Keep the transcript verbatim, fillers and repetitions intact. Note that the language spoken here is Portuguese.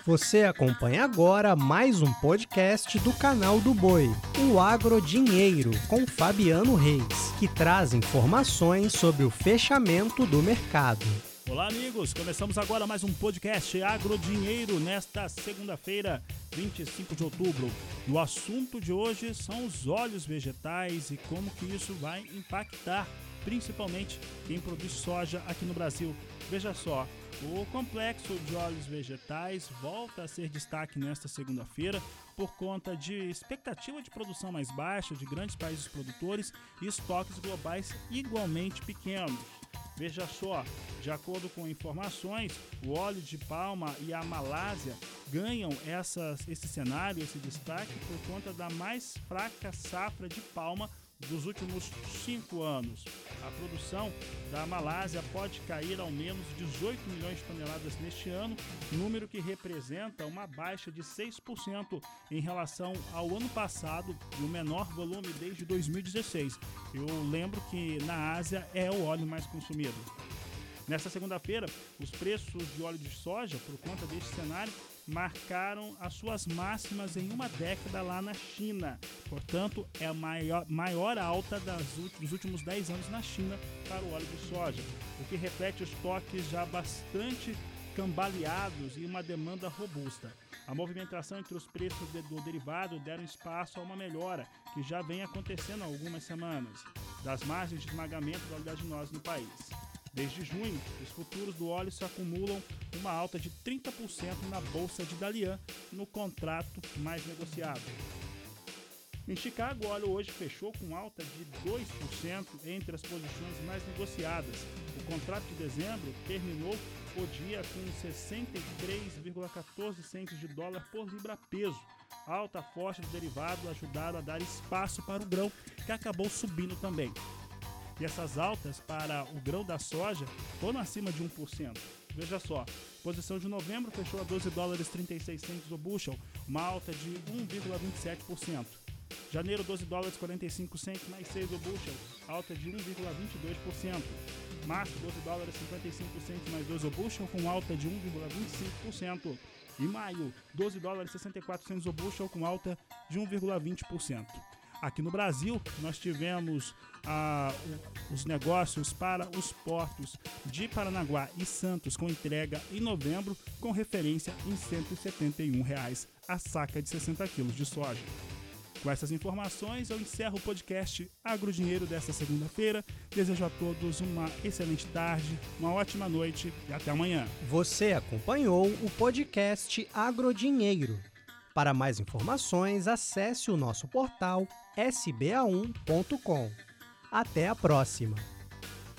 Você acompanha agora mais um podcast do canal do Boi, o Agrodinheiro, com Fabiano Reis, que traz informações sobre o fechamento do mercado. Olá, amigos! Começamos agora mais um podcast Agrodinheiro nesta segunda-feira, vinte e cinco de outubro. E o assunto de hoje são os óleos vegetais e como que isso vai impactar principalmente quem produz soja aqui no Brasil. Veja só, o complexo de óleos vegetais volta a ser destaque nesta segunda-feira por conta de expectativa de produção mais baixa de grandes países produtores e estoques globais igualmente pequenos. Veja só, de acordo com informações, o óleo de palma e a Malásia ganham essas, esse cenário, esse destaque por conta da mais fraca safra de palma dos últimos cinco anos. A produção da Malásia pode cair ao menos dezoito milhões de toneladas neste ano, número que representa uma baixa de seis por cento em relação ao ano passado e o menor volume desde dois mil e dezesseis. Eu lembro que na Ásia é o óleo mais consumido. Nesta segunda-feira, os preços de óleo de soja, por conta deste cenário, marcaram as suas máximas em uma década lá na China. Portanto, é a maior, maior alta das, dos últimos dez anos na China para o óleo de soja, o que reflete estoques já bastante cambaleados e uma demanda robusta. A movimentação entre os preços do derivado deram espaço a uma melhora que já vem acontecendo há algumas semanas das margens de esmagamento da oleaginosa no país. Desde junho, os futuros do óleo se acumulam uma alta de trinta por cento na Bolsa de Dalian no contrato mais negociado. Em Chicago, o óleo hoje fechou com alta de dois por cento entre as posições mais negociadas. O contrato de dezembro terminou o dia com sessenta e três vírgula quatorze centes de dólar por libra-peso. A alta forte do derivado ajudaram a dar espaço para o grão, que acabou subindo também. E essas altas para o grão da soja foram acima de um por cento. Veja só, posição de novembro fechou a doze dólares e trinta e seis centavos o bushel, uma alta de um vírgula vinte e sete por cento. Janeiro, doze dólares e quarenta e cinco centavos mais seis o bushel, alta de um vírgula vinte e dois por cento. Março, doze dólares e cinquenta e cinco centavos mais dois o bushel, com alta de um vírgula vinte e cinco por cento. E maio, doze dólares e sessenta e quatro centavos o bushel, com alta de um vírgula vinte por cento. Aqui no Brasil, nós tivemos ah, os negócios para os portos de Paranaguá e Santos com entrega em novembro, com referência em cento e setenta e um reais a saca de sessenta quilos de soja. Com essas informações, eu encerro o podcast Agrodinheiro desta segunda-feira. Desejo a todos uma excelente tarde, uma ótima noite e até amanhã. Você acompanhou o podcast Agrodinheiro. Para mais informações, acesse o nosso portal s b a um ponto com. Até a próxima!